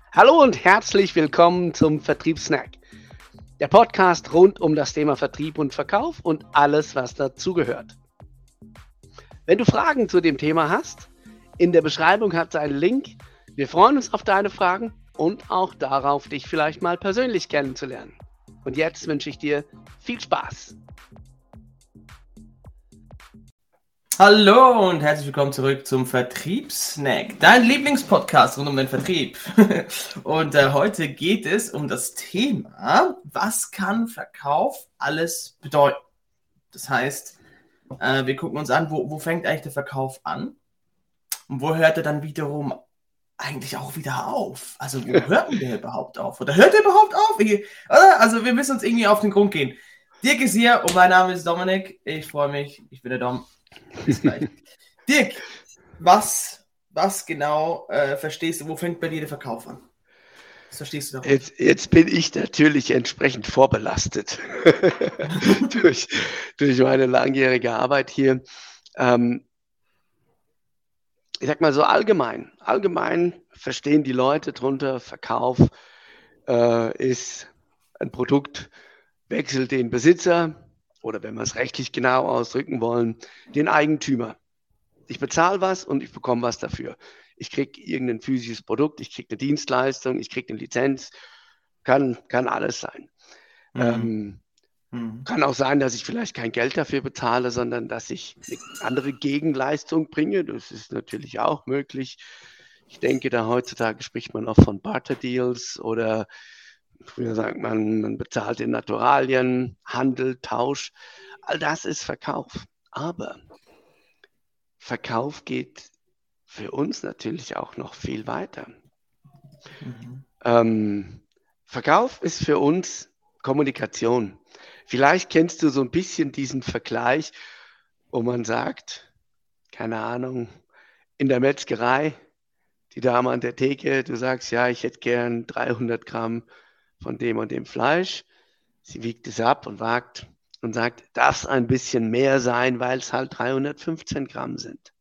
Hallo und herzlich willkommen zum Vertriebssnack. Der Podcast rund um das Thema Vertrieb und Verkauf und alles, was dazugehört. Wenn du Fragen zu dem Thema hast, in der Beschreibung hat es einen Link. Wir freuen uns auf deine Fragen und auch darauf, dich vielleicht mal persönlich kennenzulernen. Und jetzt wünsche ich dir viel Spaß. Hallo und herzlich willkommen zurück zum Vertriebssnack, dein Lieblingspodcast rund um den Vertrieb. Und heute geht es um das Thema, was kann Verkauf alles bedeuten? Das heißt, wir gucken uns an, wo fängt eigentlich der Verkauf an und wo hört er dann wiederum eigentlich auch wieder auf? Also wo hört der überhaupt auf? Oder hört er überhaupt auf? Also wir müssen uns irgendwie auf den Grund gehen. Dirk ist hier und mein Name ist Dominik. Ich freue mich, ich bin der Dom. Bis gleich. Dirk, was genau verstehst du, wo fängt bei dir der Verkauf an? Was verstehst du da? Jetzt bin ich natürlich entsprechend vorbelastet durch meine langjährige Arbeit hier. Ich sag mal so allgemein verstehen die Leute drunter, Verkauf ist ein Produkt, wechselt den Besitzer oder wenn wir es rechtlich genau ausdrücken wollen, den Eigentümer. Ich bezahle was und ich bekomme was dafür. Ich kriege irgendein physisches Produkt, ich kriege eine Dienstleistung, ich kriege eine Lizenz, kann alles sein. Kann auch sein, dass ich vielleicht kein Geld dafür bezahle, sondern dass ich eine andere Gegenleistung bringe. Das ist natürlich auch möglich. Ich denke, da heutzutage spricht man oft von Barter-Deals oder früher sagt man bezahlt in Naturalien, Handel, Tausch. All das ist Verkauf. Aber Verkauf geht für uns natürlich auch noch viel weiter. Verkauf ist für uns Kommunikation. Vielleicht kennst du so ein bisschen diesen Vergleich, wo man sagt, keine Ahnung, in der Metzgerei, die Dame an der Theke, du sagst, ja, ich hätte gern 300 Gramm von dem und dem Fleisch. Sie wiegt es ab und wagt und sagt, darf es ein bisschen mehr sein, weil es halt 315 Gramm sind.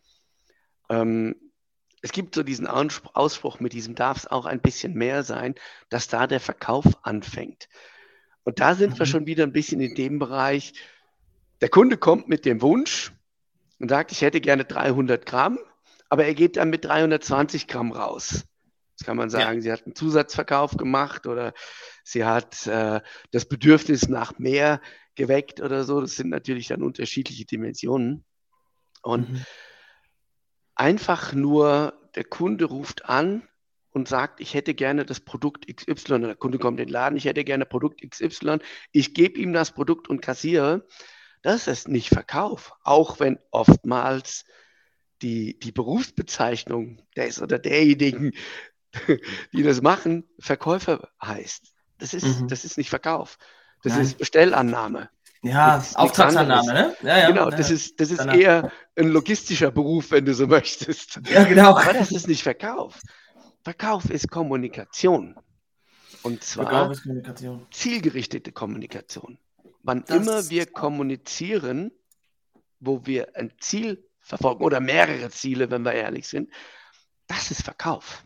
Es gibt so diesen Ausspruch mit diesem darf es auch ein bisschen mehr sein, dass da der Verkauf anfängt. Und da sind wir schon wieder ein bisschen in dem Bereich, der Kunde kommt mit dem Wunsch und sagt, ich hätte gerne 300 Gramm, aber er geht dann mit 320 Gramm raus. Das kann man sagen, sie hat einen Zusatzverkauf gemacht oder sie hat das Bedürfnis nach mehr geweckt oder so. Das sind natürlich dann unterschiedliche Dimensionen. Und einfach nur der Kunde ruft an und sagt, ich hätte gerne das Produkt XY. Der Kunde kommt in den Laden, ich hätte gerne Produkt XY. Ich gebe ihm das Produkt und kassiere. Das ist nicht Verkauf. Auch wenn oftmals die Berufsbezeichnung des oder derjenigen, die das machen, Verkäufer heißt. Das ist nicht Verkauf. Das ist Bestellannahme. Ja, Auftragsannahme, ne? Ja, genau, das ist eher ein logistischer Beruf, wenn du so möchtest. Ja, genau. Aber das ist nicht Verkauf. Verkauf ist Kommunikation. Und zwar zielgerichtete Kommunikation. Wann immer wir kommunizieren, wo wir ein Ziel verfolgen oder mehrere Ziele, wenn wir ehrlich sind, das ist Verkauf.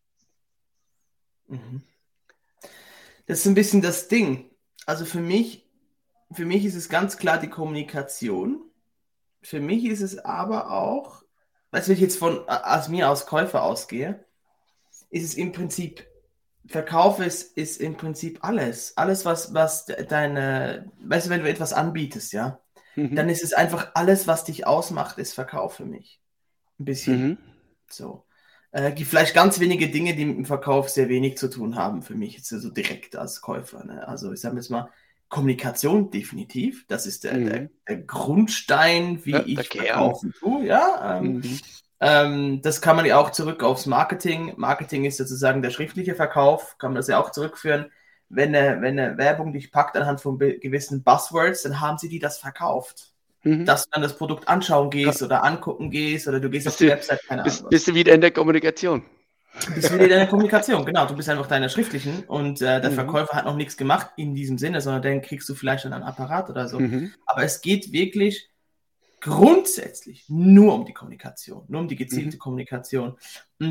Das ist ein bisschen das Ding. Also für mich ist es ganz klar die Kommunikation. Für mich ist es aber auch, wenn ich jetzt als Käufer ausgehe, ist es im Prinzip, Verkauf ist im Prinzip alles. Alles, was deine, weißt du, wenn du etwas anbietest, ja, dann ist es einfach alles, was dich ausmacht, ist Verkauf für mich. Ein bisschen. So. Gibt vielleicht ganz wenige Dinge, die mit dem Verkauf sehr wenig zu tun haben für mich, jetzt so direkt als Käufer. Ne? Also ich sage jetzt mal, Kommunikation definitiv. Das ist der Grundstein, wie ich verkaufen tue. Ja? Das kann man ja auch zurück aufs Marketing. Marketing ist sozusagen der schriftliche Verkauf, kann man das ja auch zurückführen. Wenn eine Werbung dich packt anhand von gewissen Buzzwords, dann haben sie das verkauft. Dass du dann das Produkt anschauen gehst oder angucken gehst oder du gehst auf die Website, keine Ahnung. Bist du wieder in der Kommunikation? Bist wieder in der Kommunikation, genau. Du bist einfach deiner schriftlichen und der Verkäufer hat noch nichts gemacht in diesem Sinne, sondern dann kriegst du vielleicht dann einen Apparat oder so. Aber es geht wirklich grundsätzlich nur um die Kommunikation, nur um die gezielte Kommunikation. Und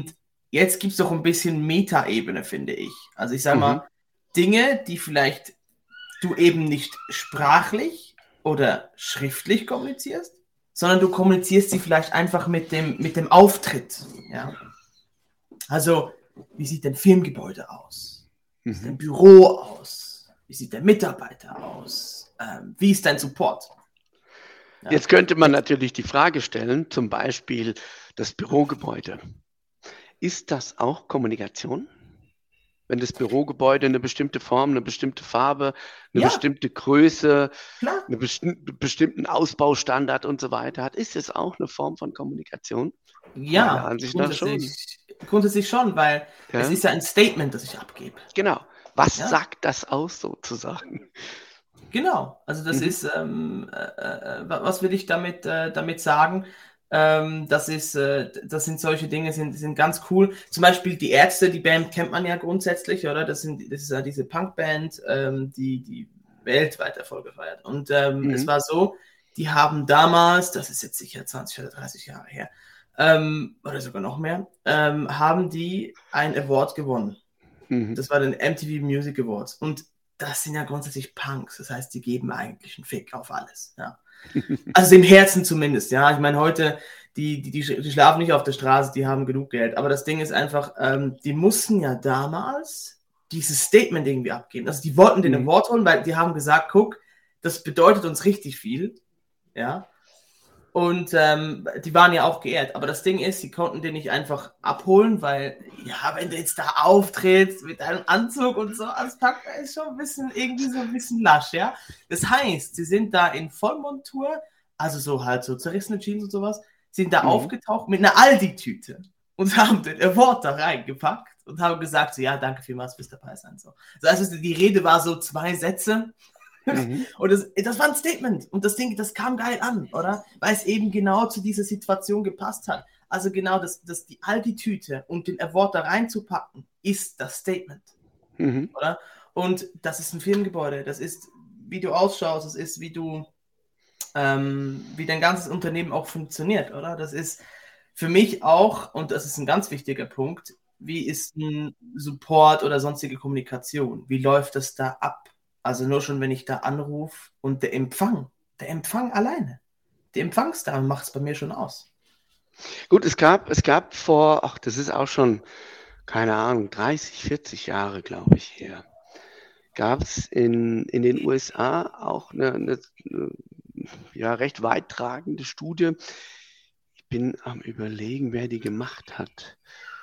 jetzt gibt es doch ein bisschen Metaebene, finde ich. Also ich sage mal, Dinge, die vielleicht du eben nicht sprachlich oder schriftlich kommunizierst, sondern du kommunizierst sie vielleicht einfach mit dem Auftritt. Ja? Also, wie sieht ein Firmengebäude aus? Wie sieht ein Büro aus? Wie sieht der Mitarbeiter aus? Wie ist dein Support? Ja. Jetzt könnte man natürlich die Frage stellen, zum Beispiel das Bürogebäude. Ist das auch Kommunikation? Wenn das Bürogebäude eine bestimmte Form, eine bestimmte Farbe, eine bestimmte Größe, einen bestimmten Ausbaustandard und so weiter hat, ist es auch eine Form von Kommunikation? Ja, grundsätzlich schon, weil es ist ja ein Statement, das ich abgebe. Genau. Was sagt das aus sozusagen? Genau, also das ist, was will ich damit sagen? Das sind solche Dinge, sind ganz cool. Zum Beispiel die Ärzte, die Band kennt man ja grundsätzlich, oder? Das ist ja diese Punkband, die weltweit Erfolge feiert. Und es war so, die haben damals, das ist jetzt sicher 20 oder 30 Jahre her, oder sogar noch mehr, haben die einen Award gewonnen. Das war den MTV Music Awards. Und das sind ja grundsätzlich Punks. Das heißt, die geben eigentlich einen Fick auf alles. Ja. Also im Herzen zumindest. Ja, ich meine, heute, die schlafen nicht auf der Straße, die haben genug Geld. Aber das Ding ist einfach, die mussten ja damals dieses Statement irgendwie abgeben. Also die wollten den Award holen, weil die haben gesagt, guck, das bedeutet uns richtig viel. Ja. Und die waren ja auch geehrt. Aber das Ding ist, sie konnten den nicht einfach abholen, weil, ja, wenn du jetzt da auftrittst mit einem Anzug und so als Packer, ist schon irgendwie so ein bisschen lasch, ja. Das heißt, sie sind da in Vollmontur, also so halt so zerrissene Jeans und sowas, sind da aufgetaucht mit einer Aldi-Tüte und haben den Award da reingepackt und haben gesagt, so, ja, danke vielmals fürs dabei sein. So. Also die Rede war so 2 Sätze. Und das war ein Statement. Und das Ding, das kam geil an, oder? Weil es eben genau zu dieser Situation gepasst hat. Also genau, die Aldi-Tüte und den Award da reinzupacken, ist das Statement. Oder? Und das ist ein Firmengebäude. Das ist, wie du ausschaust. Das ist, wie dein ganzes Unternehmen auch funktioniert, oder? Das ist für mich auch, und das ist ein ganz wichtiger Punkt, wie ist ein Support oder sonstige Kommunikation? Wie läuft das da ab? Also nur schon, wenn ich da anrufe und der Empfang alleine, die Empfangsdame macht es bei mir schon aus. Gut, es gab vor, das ist auch schon, keine Ahnung, 30, 40 Jahre, glaube ich, her, gab es in den USA auch eine recht weittragende Studie. Ich bin am Überlegen, wer die gemacht hat.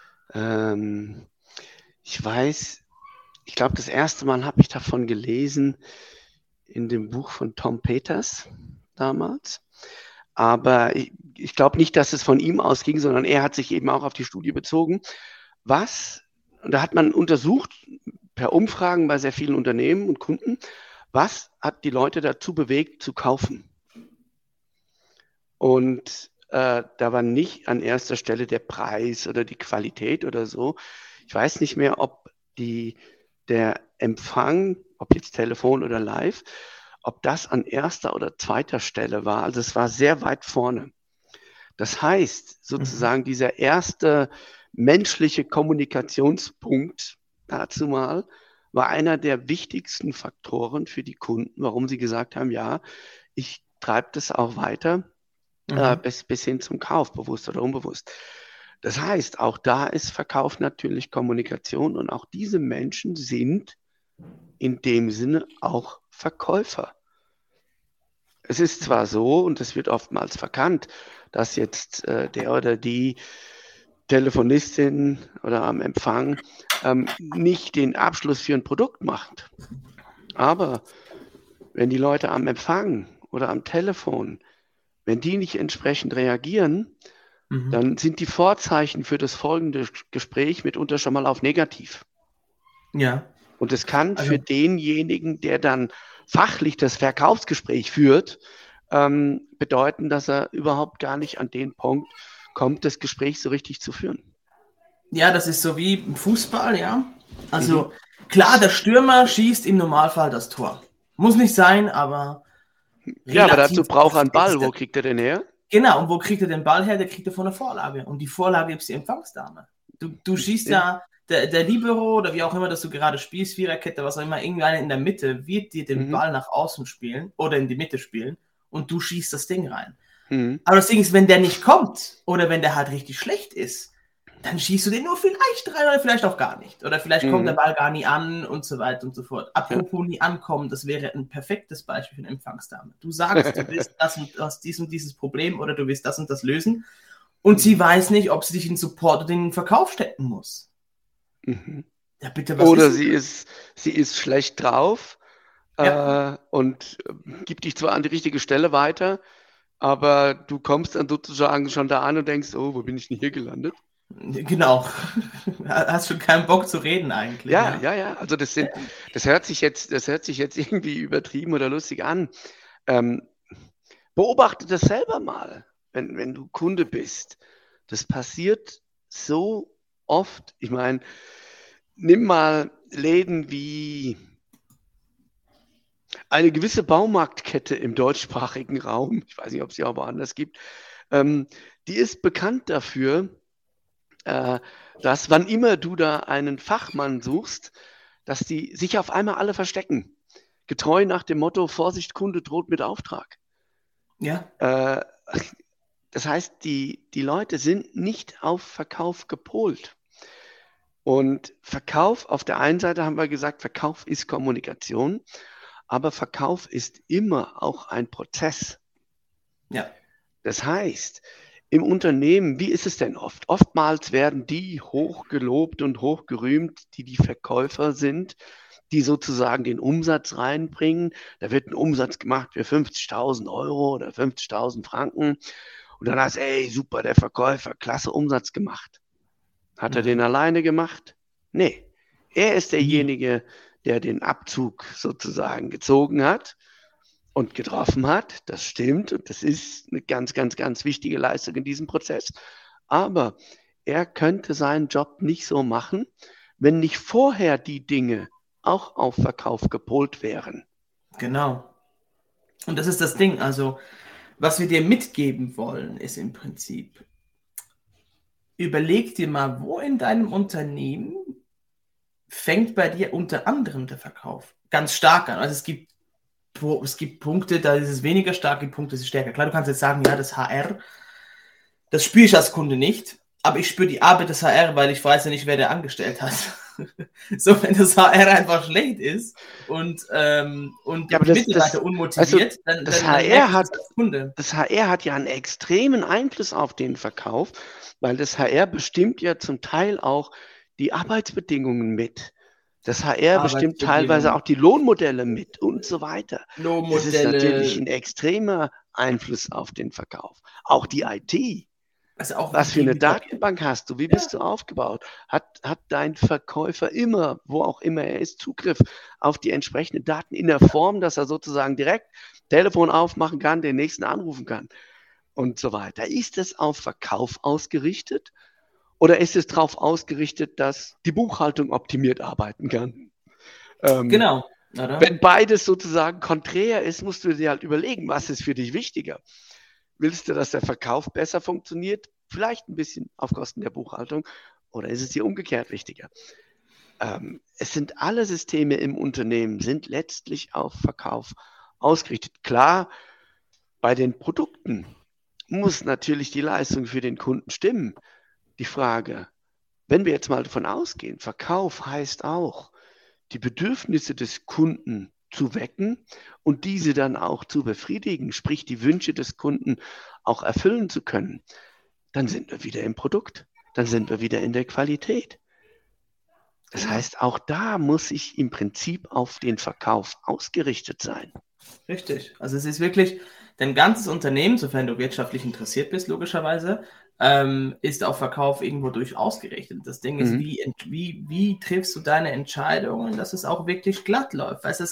Ich glaube, das erste Mal habe ich davon gelesen in dem Buch von Tom Peters damals. Aber ich glaube nicht, dass es von ihm ausging, sondern er hat sich eben auch auf die Studie bezogen. Und da hat man untersucht, per Umfragen bei sehr vielen Unternehmen und Kunden, was hat die Leute dazu bewegt, zu kaufen? Und da war nicht an erster Stelle der Preis oder die Qualität oder so. Ich weiß nicht mehr, ob der Empfang, ob jetzt Telefon oder live, ob das an erster oder zweiter Stelle war. Also es war sehr weit vorne. Das heißt, sozusagen dieser erste menschliche Kommunikationspunkt dazu mal war einer der wichtigsten Faktoren für die Kunden, warum sie gesagt haben, ja, ich treibe das auch weiter bis hin zum Kauf, bewusst oder unbewusst. Das heißt, auch da ist Verkauf natürlich Kommunikation und auch diese Menschen sind in dem Sinne auch Verkäufer. Es ist zwar so, und das wird oftmals verkannt, dass jetzt der oder die Telefonistin oder am Empfang nicht den Abschluss für ein Produkt macht. Aber wenn die Leute am Empfang oder am Telefon, wenn die nicht entsprechend reagieren, dann sind die Vorzeichen für das folgende Gespräch mitunter schon mal auf negativ. Ja. Und es kann für denjenigen, der dann fachlich das Verkaufsgespräch führt, bedeuten, dass er überhaupt gar nicht an den Punkt kommt, das Gespräch so richtig zu führen. Ja, das ist so wie im Fußball, ja. Also klar, der Stürmer schießt im Normalfall das Tor. Muss nicht sein, aber ja, aber dazu braucht er einen Ball. Wo kriegt er den her? Genau, und wo kriegt er den Ball her? Der kriegt er von der Vorlage. Und die Vorlage ist die Empfangsdame. Du schießt ja, der Libero oder wie auch immer, dass du gerade spielst, Viererkette, was auch immer, irgendeiner in der Mitte wird dir den Ball nach außen spielen oder in die Mitte spielen und du schießt das Ding rein. Aber das Ding ist, wenn der nicht kommt oder wenn der halt richtig schlecht ist, dann schießt du den nur vielleicht rein oder vielleicht auch gar nicht. Oder vielleicht kommt der Ball gar nie an und so weiter und so fort. Apropos nie ankommen, das wäre ein perfektes Beispiel für eine Empfangsdame. Du sagst, du willst das und das, dies und dieses Problem oder du willst das und das lösen und sie weiß nicht, ob sie dich in Support oder in den Verkauf stecken muss. Ja, bitte, was oder sie ist schlecht drauf und gibt dich zwar an die richtige Stelle weiter, aber du kommst dann sozusagen schon da an und denkst, oh, wo bin ich denn hier gelandet? Genau. Hast schon keinen Bock zu reden eigentlich. Ja. Also das hört sich jetzt irgendwie übertrieben oder lustig an. Beobachte das selber mal, wenn du Kunde bist. Das passiert so oft. Ich meine, nimm mal Läden wie eine gewisse Baumarktkette im deutschsprachigen Raum. Ich weiß nicht, ob es sie auch woanders gibt. Die ist bekannt dafür, dass wann immer du da einen Fachmann suchst, dass die sich auf einmal alle verstecken. Getreu nach dem Motto, Vorsicht, Kunde droht mit Auftrag. Ja. Das heißt, die Leute sind nicht auf Verkauf gepolt. Und Verkauf, auf der einen Seite haben wir gesagt, Verkauf ist Kommunikation, aber Verkauf ist immer auch ein Prozess. Ja. Das heißt, im Unternehmen, wie ist es denn oft? Oftmals werden die hochgelobt und hochgerühmt, die Verkäufer sind, die sozusagen den Umsatz reinbringen. Da wird ein Umsatz gemacht für 50.000 Euro oder 50.000 Franken. Und dann heißt, ey, super, der Verkäufer, klasse Umsatz gemacht. Hat er den alleine gemacht? Nee, er ist derjenige, der den Abzug sozusagen gezogen hat und getroffen hat. Das stimmt und das ist eine ganz, ganz, ganz wichtige Leistung in diesem Prozess. Aber er könnte seinen Job nicht so machen, wenn nicht vorher die Dinge auch auf Verkauf gepolt wären. Genau. Und das ist das Ding. Also, was wir dir mitgeben wollen, ist im Prinzip, überleg dir mal, wo in deinem Unternehmen fängt bei dir unter anderem der Verkauf ganz stark an. Also es gibt Punkte, da ist es weniger stark, die Punkte sind stärker. Klar, du kannst jetzt sagen, ja, das HR, das spüre ich als Kunde nicht, aber ich spüre die Arbeit des HR, weil ich weiß ja nicht, wer der angestellt hat. So, wenn das HR einfach schlecht ist und ja, die Mitarbeiter unmotiviert, also, dann HR hat als Kunde. Das HR hat ja einen extremen Einfluss auf den Verkauf, weil das HR bestimmt ja zum Teil auch die Arbeitsbedingungen mit. Das HR bestimmt teilweise auch die Lohnmodelle mit und so weiter. Das ist natürlich ein extremer Einfluss auf den Verkauf. Auch die IT. Also auch was für eine Datenbank hast du? Wie bist du aufgebaut? Hat dein Verkäufer immer, wo auch immer er ist, Zugriff auf die entsprechenden Daten in der Form, dass er sozusagen direkt Telefon aufmachen kann, den nächsten anrufen kann und so weiter? Ist es auf Verkauf ausgerichtet oder ist es darauf ausgerichtet, dass die Buchhaltung optimiert arbeiten kann? Genau. Oder? Wenn beides sozusagen konträr ist, musst du dir halt überlegen, was ist für dich wichtiger? Willst du, dass der Verkauf besser funktioniert? Vielleicht ein bisschen auf Kosten der Buchhaltung. Oder ist es dir umgekehrt wichtiger? Es sind alle Systeme im Unternehmen, sind letztlich auf Verkauf ausgerichtet. Klar, bei den Produkten muss natürlich die Leistung für den Kunden stimmen. Die Frage, wenn wir jetzt mal davon ausgehen, Verkauf heißt auch, die Bedürfnisse des Kunden zu wecken und diese dann auch zu befriedigen, sprich die Wünsche des Kunden auch erfüllen zu können, dann sind wir wieder im Produkt, dann sind wir wieder in der Qualität. Das heißt, auch da muss ich im Prinzip auf den Verkauf ausgerichtet sein. Richtig. Also es ist wirklich, dein ganzes Unternehmen, sofern du wirtschaftlich interessiert bist, logischerweise, ist auf Verkauf irgendwo durch ausgerichtet. Das Ding ist, wie triffst du deine Entscheidungen, dass es auch wirklich glatt läuft? Weißt du,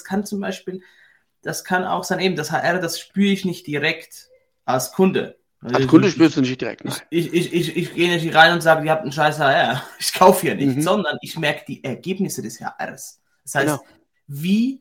das kann auch sein, eben das HR, das spüre ich nicht direkt als Kunde. Als Kunde spürst du nicht direkt, nein. Ich gehe nicht rein und sage, ihr habt einen scheiß HR. Ich kaufe hier nicht, sondern ich merke die Ergebnisse des HRs. Das heißt, wie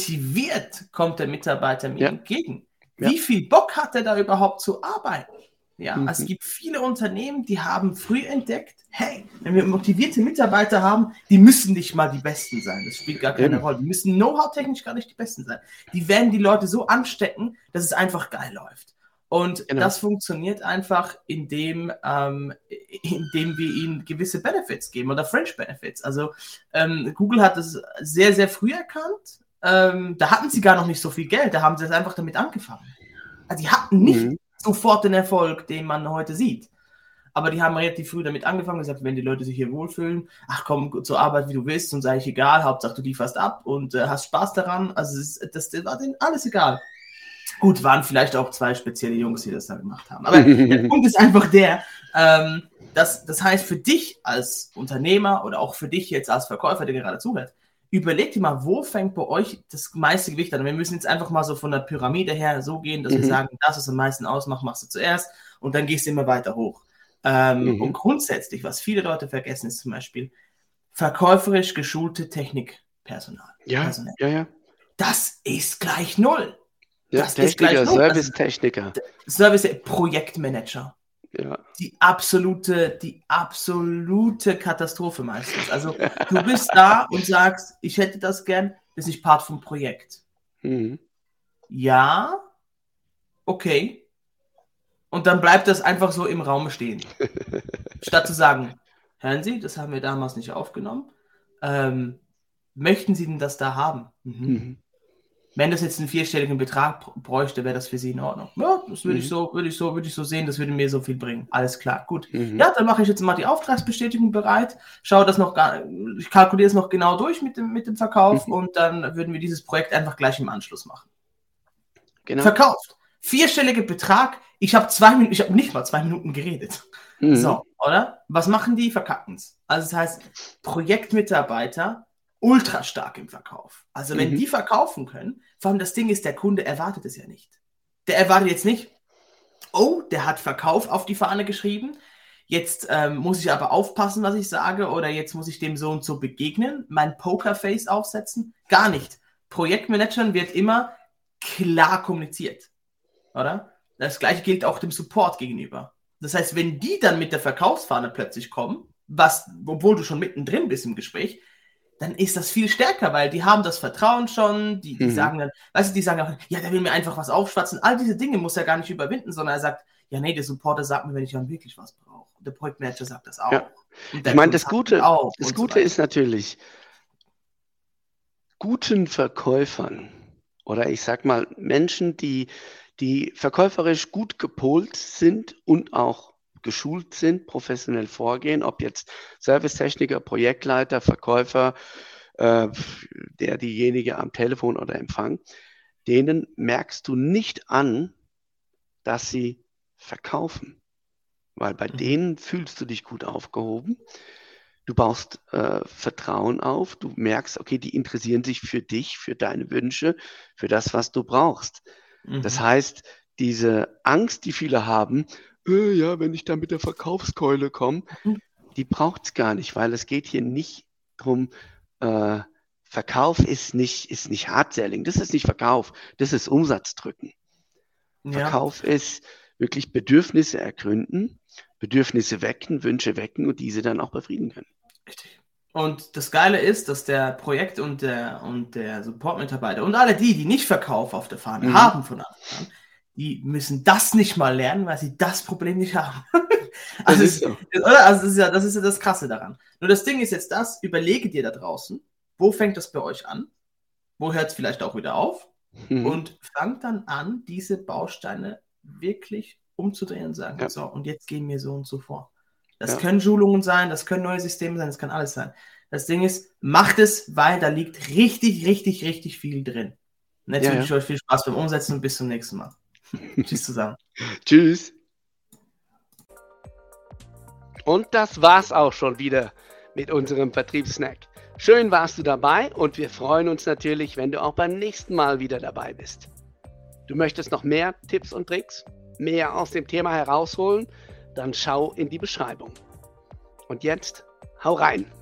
motiviert kommt der Mitarbeiter mir entgegen? Wie viel Bock hat er da überhaupt zu arbeiten? Ja, es gibt viele Unternehmen, die haben früh entdeckt, hey, wenn wir motivierte Mitarbeiter haben, die müssen nicht mal die Besten sein. Das spielt gar keine Rolle. Die müssen know-how-technisch gar nicht die Besten sein. Die werden die Leute so anstecken, dass es einfach geil läuft. Und das funktioniert einfach, indem wir ihnen gewisse Benefits geben oder Fringe Benefits. Also Google hat das sehr, sehr früh erkannt. Da hatten sie gar noch nicht so viel Geld, da haben sie einfach damit angefangen. Also die hatten nicht sofort den Erfolg, den man heute sieht. Aber die haben relativ früh damit angefangen und gesagt, wenn die Leute sich hier wohlfühlen, ach komm zur Arbeit, wie du willst, und sei ich egal, Hauptsache du lieferst ab und hast Spaß daran. Also das war denen alles egal. Gut, waren vielleicht auch 2 spezielle Jungs, die das dann gemacht haben. Aber der Punkt ist einfach der, das heißt für dich als Unternehmer oder auch für dich jetzt als Verkäufer, der gerade zuhört, überleg dir mal, wo fängt bei euch das meiste Gewicht an? Wir müssen jetzt einfach mal so von der Pyramide her so gehen, dass wir sagen, das, was am meisten ausmacht, machst du zuerst und dann gehst du immer weiter hoch. Und grundsätzlich, was viele Leute vergessen, ist zum Beispiel verkäuferisch geschulte Technikpersonal. Ja. Das ist gleich 0. Ja, das Techniker, ist gleich 0. Servicetechniker. Projektmanager. Ja. Die absolute Katastrophe meistens. Also du bist da und sagst, ich hätte das gern, das ist nicht Part vom Projekt. Ja, okay. Und dann bleibt das einfach so im Raum stehen. Statt zu sagen, hören Sie, das haben wir damals nicht aufgenommen. Möchten Sie denn das da haben? Wenn das jetzt einen 4-stelligen Betrag bräuchte, wäre das für Sie in Ordnung. Ja, das würde ich so sehen, das würde mir so viel bringen. Alles klar, gut. Ja, dann mache ich jetzt mal die Auftragsbestätigung bereit, ich kalkuliere es noch genau durch mit dem Verkauf und dann würden wir dieses Projekt einfach gleich im Anschluss machen. Genau. Verkauft. 4-stelliger Betrag, ich habe nicht mal 2 Minuten geredet. So, oder? Was machen die? Verkacken's. Also das heißt, Projektmitarbeiter ultra stark im Verkauf. Also wenn die verkaufen können, vor allem das Ding ist, der Kunde erwartet es ja nicht. Der erwartet jetzt nicht, oh, der hat Verkauf auf die Fahne geschrieben, jetzt muss ich aber aufpassen, was ich sage, oder jetzt muss ich dem so und so begegnen, mein Pokerface aufsetzen. Gar nicht. Projektmanagern wird immer klar kommuniziert, oder? Das gleiche gilt auch dem Support gegenüber. Das heißt, wenn die dann mit der Verkaufsfahne plötzlich kommen, obwohl du schon mittendrin bist im Gespräch, dann ist das viel stärker, weil die haben das Vertrauen schon, die sagen dann, die sagen auch, ja, der will mir einfach was aufschwatzen. All diese Dinge muss er gar nicht überwinden, sondern er sagt, ja, nee, der Supporter sagt mir, wenn ich dann wirklich was brauche. Und der Projektmanager sagt das auch. Ja. Ich meine, das Gute ist natürlich, guten Verkäufern oder ich sag mal Menschen, die verkäuferisch gut gepolt sind und auch geschult sind, professionell vorgehen, ob jetzt Servicetechniker, Projektleiter, Verkäufer, diejenige am Telefon oder Empfang, denen merkst du nicht an, dass sie verkaufen. Weil bei denen fühlst du dich gut aufgehoben. Du baust Vertrauen auf, du merkst, okay, die interessieren sich für dich, für deine Wünsche, für das, was du brauchst. Das heißt, diese Angst, die viele haben, ja, wenn ich da mit der Verkaufskeule komme, die braucht es gar nicht, weil es geht hier nicht darum, Verkauf ist nicht Hard-Selling, das ist nicht Verkauf, das ist Umsatzdrücken. Ja. Verkauf ist wirklich Bedürfnisse ergründen, Bedürfnisse wecken, Wünsche wecken und diese dann auch befrieden können. Richtig. Und das Geile ist, dass der Projekt- und der Support-Mitarbeiter und alle die nicht Verkauf auf der Fahne haben von Anfang an, die müssen das nicht mal lernen, weil sie das Problem nicht haben. Das ist ja das Krasse daran. Nur das Ding ist jetzt überlege dir da draußen, wo fängt das bei euch an? Wo hört es vielleicht auch wieder auf? Und fangt dann an, diese Bausteine wirklich umzudrehen und sagen, so, und jetzt gehen wir so und so vor. Das können Schulungen sein, das können neue Systeme sein, das kann alles sein. Das Ding ist, macht es, weil da liegt richtig, richtig, richtig viel drin. Und jetzt wünsche ich euch viel Spaß beim Umsetzen und bis zum nächsten Mal. Tschüss zusammen. Tschüss. Und das war's auch schon wieder mit unserem Vertriebssnack. Schön warst du dabei und wir freuen uns natürlich, wenn du auch beim nächsten Mal wieder dabei bist. Du möchtest noch mehr Tipps und Tricks, mehr aus dem Thema herausholen? Dann schau in die Beschreibung. Und jetzt, hau rein!